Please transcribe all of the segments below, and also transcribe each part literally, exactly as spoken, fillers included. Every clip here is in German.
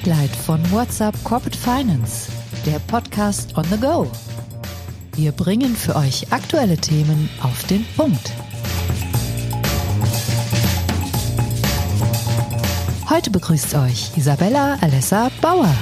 Spotlight von WhatsUp Corporate Finance, der Podcast on the go. Wir bringen für euch aktuelle Themen auf den Punkt. Heute begrüßt euch Isabella Alessa Bauer.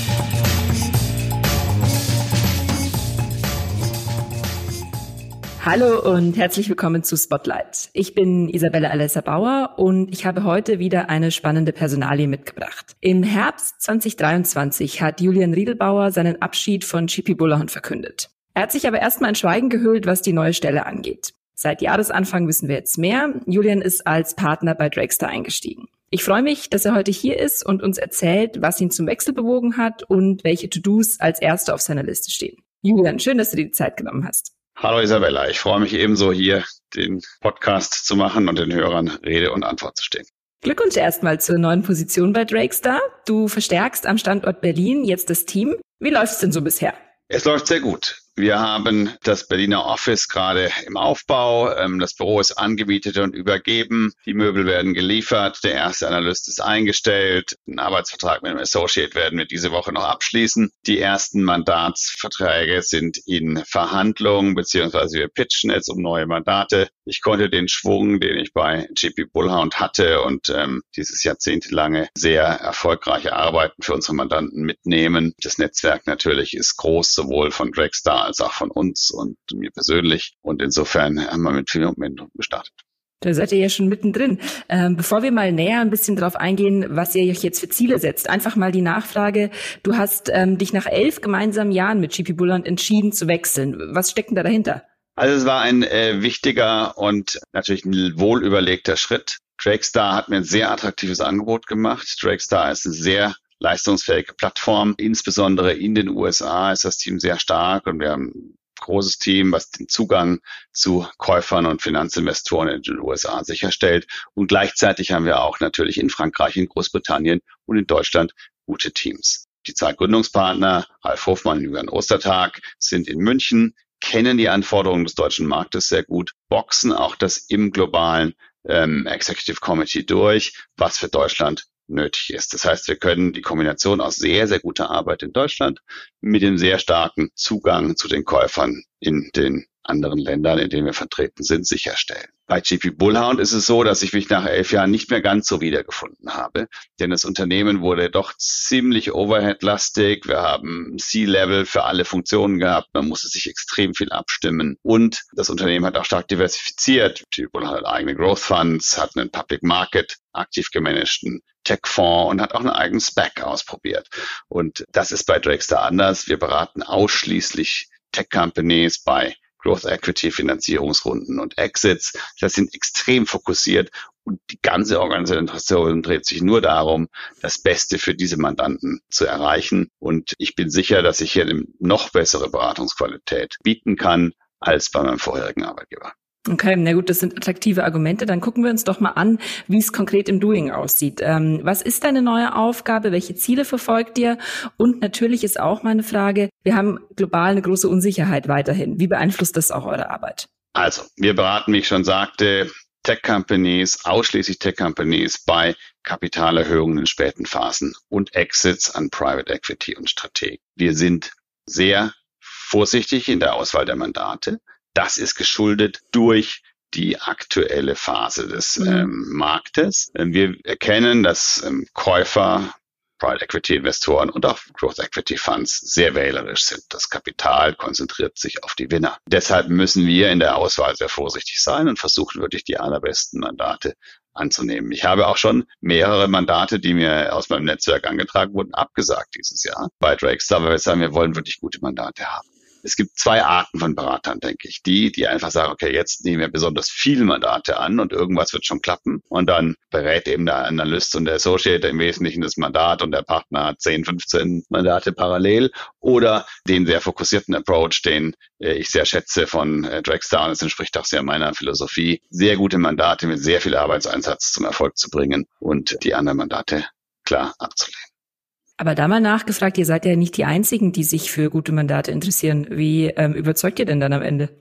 Hallo und herzlich willkommen zu Spotlight. Ich bin Isabella Alessa Bauer und ich habe heute wieder eine spannende Personalie mitgebracht. Im Herbst zwanzig dreiundzwanzig hat Julian Riedelbauer seinen Abschied von J P Bullhorn verkündet. Er hat sich aber erstmal in Schweigen gehüllt, was die neue Stelle angeht. Seit Jahresanfang wissen wir jetzt mehr. Julian ist als Partner bei Drakestar eingestiegen. Ich freue mich, dass er heute hier ist und uns erzählt, was ihn zum Wechsel bewogen hat und welche To-Dos als erste auf seiner Liste stehen. Julian, schön, dass du dir die Zeit genommen hast. Hallo Isabella, ich freue mich ebenso, hier den Podcast zu machen und den Hörern Rede und Antwort zu stehen. Glückwunsch erstmal zur neuen Position bei Drakestar. Du verstärkst am Standort Berlin jetzt das Team. Wie läuft's denn so bisher? Es läuft sehr gut. Wir haben das Berliner Office gerade im Aufbau. Das Büro ist angemietet und übergeben. Die Möbel werden geliefert. Der erste Analyst ist eingestellt. Einen Arbeitsvertrag mit dem Associate werden wir diese Woche noch abschließen. Die ersten Mandatsverträge sind in Verhandlung, beziehungsweise wir pitchen jetzt um neue Mandate. Ich konnte den Schwung, den ich bei J P Bullhorn hatte und ähm, dieses jahrzehntelange sehr erfolgreiche Arbeiten für unsere Mandanten mitnehmen. Das Netzwerk natürlich ist groß, sowohl von Drakestar als auch von uns und mir persönlich. Und insofern haben wir mit viel Momentum gestartet. Da seid ihr ja schon mittendrin. Ähm, bevor wir mal näher ein bisschen drauf eingehen, was ihr euch jetzt für Ziele setzt, einfach mal die Nachfrage. Du hast ähm, dich nach elf gemeinsamen Jahren mit J P Bullhorn entschieden zu wechseln. Was steckt denn da dahinter? Also es war ein äh, wichtiger und natürlich ein wohlüberlegter Schritt. Drakestar hat mir ein sehr attraktives Angebot gemacht. Drakestar ist eine sehr leistungsfähige Plattform. Insbesondere in den U S A ist das Team sehr stark und wir haben ein großes Team, was den Zugang zu Käufern und Finanzinvestoren in den U S A sicherstellt. Und gleichzeitig haben wir auch natürlich in Frankreich, in Großbritannien und in Deutschland gute Teams. Die zwei Gründungspartner, Ralf Hofmann und Julian Ostertag, sind in München, kennen die Anforderungen des deutschen Marktes sehr gut, boxen auch das im globalen ähm, Executive Committee durch, was für Deutschland nötig ist. Das heißt, wir können die Kombination aus sehr, sehr guter Arbeit in Deutschland mit dem sehr starken Zugang zu den Käufern in den anderen Ländern, in denen wir vertreten sind, sicherstellen. Bei J P Bullhorn ist es so, dass ich mich nach elf Jahren nicht mehr ganz so wiedergefunden habe, denn das Unternehmen wurde doch ziemlich overhead-lastig. Wir haben C-Level für alle Funktionen gehabt, man musste sich extrem viel abstimmen und das Unternehmen hat auch stark diversifiziert. J P Bullhorn hat eigene Growth Funds, hat einen Public Market aktiv gemanagten Tech-Fonds und hat auch einen eigenen SPAC ausprobiert. Und das ist bei Drakestar anders. Wir beraten ausschließlich Tech-Companies bei Growth Equity, Finanzierungsrunden und Exits. Das sind extrem fokussiert und die ganze Organisation dreht sich nur darum, das Beste für diese Mandanten zu erreichen. Und ich bin sicher, dass ich hier eine noch bessere Beratungsqualität bieten kann als bei meinem vorherigen Arbeitgeber. Okay, na gut, das sind attraktive Argumente. Dann gucken wir uns doch mal an, wie es konkret im Doing aussieht. Ähm, was ist deine neue Aufgabe? Welche Ziele verfolgt ihr? Und natürlich ist auch meine Frage, wir haben global eine große Unsicherheit weiterhin. Wie beeinflusst das auch eure Arbeit? Also, wir beraten, wie ich schon sagte, Tech-Companies, ausschließlich Tech-Companies bei Kapitalerhöhungen in späten Phasen und Exits an Private Equity und Strategen. Wir sind sehr vorsichtig in der Auswahl der Mandate. Das ist geschuldet durch die aktuelle Phase des mhm. ähm, Marktes. Wir erkennen, dass ähm, Käufer, Private Equity Investoren und auch Growth Equity Funds sehr wählerisch sind. Das Kapital konzentriert sich auf die Winner. Deshalb müssen wir in der Auswahl sehr vorsichtig sein und versuchen wirklich die allerbesten Mandate anzunehmen. Ich habe auch schon mehrere Mandate, die mir aus meinem Netzwerk angetragen wurden, abgesagt dieses Jahr bei Drakestar, weil wir sagen, wir wollen wirklich gute Mandate haben. Es gibt zwei Arten von Beratern, denke ich. Die, die einfach sagen, okay, jetzt nehmen wir besonders viele Mandate an und irgendwas wird schon klappen. Und dann berät eben der Analyst und der Associate im Wesentlichen das Mandat und der Partner hat zehn, fünfzehn Mandate parallel. Oder den sehr fokussierten Approach, den äh, ich sehr schätze von äh, Drakestar. Und das entspricht auch sehr meiner Philosophie. Sehr gute Mandate mit sehr viel Arbeitseinsatz zum Erfolg zu bringen und die anderen Mandate klar abzulehnen. Aber da mal nachgefragt, ihr seid ja nicht die Einzigen, die sich für gute Mandate interessieren. Wie ähm, überzeugt ihr denn dann am Ende?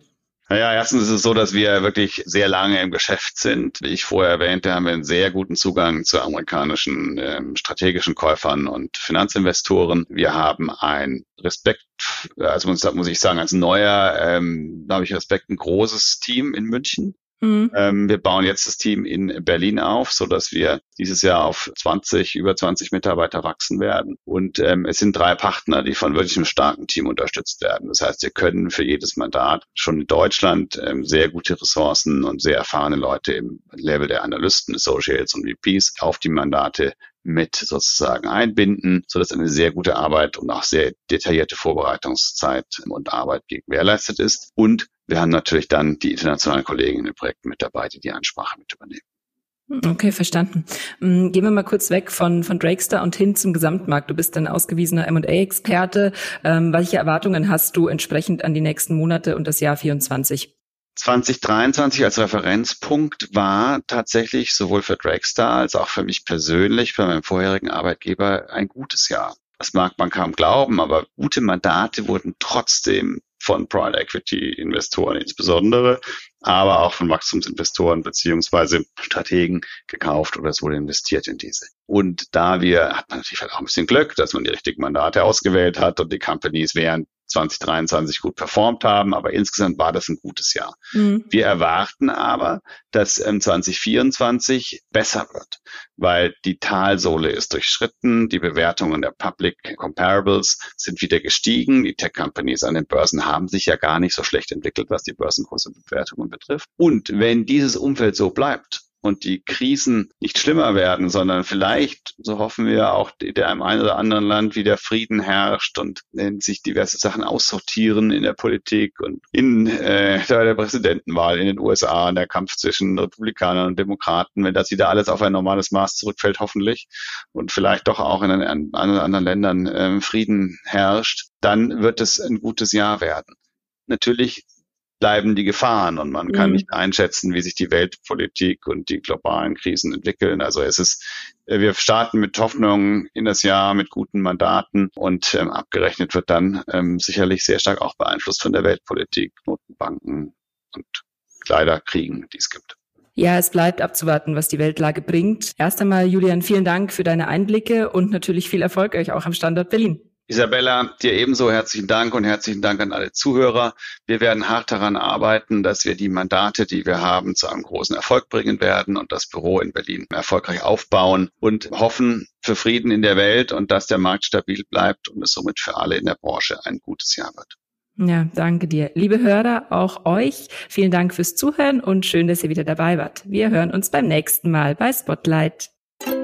Naja, erstens ist es so, dass wir wirklich sehr lange im Geschäft sind. Wie ich vorher erwähnte, haben wir einen sehr guten Zugang zu amerikanischen ähm, strategischen Käufern und Finanzinvestoren. Wir haben ein Respekt, also muss, muss ich sagen, als Neuer ähm, da habe ich Respekt, ein großes Team in München. Mhm. Ähm, wir bauen jetzt das Team in Berlin auf, so dass wir dieses Jahr auf zwanzig, über zwanzig Mitarbeiter wachsen werden. Und ähm, es sind drei Partner, die von wirklich einem starken Team unterstützt werden. Das heißt, wir können für jedes Mandat schon in Deutschland ähm, sehr gute Ressourcen und sehr erfahrene Leute im Level der Analysten, Associates und V Ps auf die Mandate mit sozusagen einbinden, sodass eine sehr gute Arbeit und auch sehr detaillierte Vorbereitungszeit und Arbeit gewährleistet ist. Und wir haben natürlich dann die internationalen Kollegen in den Projekten mit dabei, die die Ansprache mit übernehmen. Okay, verstanden. Gehen wir mal kurz weg von, von Drakestar und hin zum Gesamtmarkt. Du bist ein ausgewiesener M und A-Experte. Ähm, welche Erwartungen hast du entsprechend an die nächsten Monate und das Jahr vierundzwanzig? zwanzig dreiundzwanzig als Referenzpunkt war tatsächlich sowohl für Drakestar als auch für mich persönlich, bei meinem vorherigen Arbeitgeber, ein gutes Jahr. Das mag man kaum glauben, aber gute Mandate wurden trotzdem von Private Equity Investoren insbesondere, aber auch von Wachstumsinvestoren beziehungsweise Strategen gekauft oder es wurde investiert in diese. Und da wir, hat man natürlich auch ein bisschen Glück, dass man die richtigen Mandate ausgewählt hat und die Companies während zwanzig dreiundzwanzig gut performt haben, aber insgesamt war das ein gutes Jahr. Mhm. Wir erwarten aber, dass ähm, zwanzig vierundzwanzig besser wird, weil die Talsohle ist durchschritten, die Bewertungen der Public Comparables sind wieder gestiegen, die Tech-Companies an den Börsen haben sich ja gar nicht so schlecht entwickelt, was die Börsenkursbewertungen betrifft. Und wenn dieses Umfeld so bleibt und die Krisen nicht schlimmer werden, sondern vielleicht, so hoffen wir, auch in einem einen oder anderen Land wieder Frieden herrscht und sich diverse Sachen aussortieren in der Politik und in äh, der Präsidentenwahl in den U S A, in der Kampf zwischen Republikanern und Demokraten, wenn das wieder alles auf ein normales Maß zurückfällt, hoffentlich, und vielleicht doch auch in einen, in anderen Ländern äh, Frieden herrscht, dann wird es ein gutes Jahr werden. Natürlich bleiben die Gefahren und man kann mhm. nicht einschätzen, wie sich die Weltpolitik und die globalen Krisen entwickeln. Also es ist, wir starten mit Hoffnung in das Jahr, mit guten Mandaten und ähm, abgerechnet wird dann ähm, sicherlich sehr stark auch beeinflusst von der Weltpolitik, Notenbanken und leider Kriegen, die es gibt. Ja, es bleibt abzuwarten, was die Weltlage bringt. Erst einmal, Julian, vielen Dank für deine Einblicke und natürlich viel Erfolg euch auch am Standort Berlin. Isabella, dir ebenso herzlichen Dank und herzlichen Dank an alle Zuhörer. Wir werden hart daran arbeiten, dass wir die Mandate, die wir haben, zu einem großen Erfolg bringen werden und das Büro in Berlin erfolgreich aufbauen und hoffen für Frieden in der Welt und dass der Markt stabil bleibt und es somit für alle in der Branche ein gutes Jahr wird. Ja, danke dir. Liebe Hörer, auch euch vielen Dank fürs Zuhören und schön, dass ihr wieder dabei wart. Wir hören uns beim nächsten Mal bei Spotlight.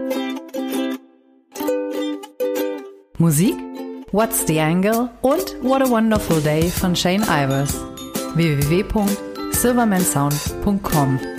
Musik? What's the Angle und What a Wonderful Day von Shane Ivers. w w w punkt silverman sound punkt com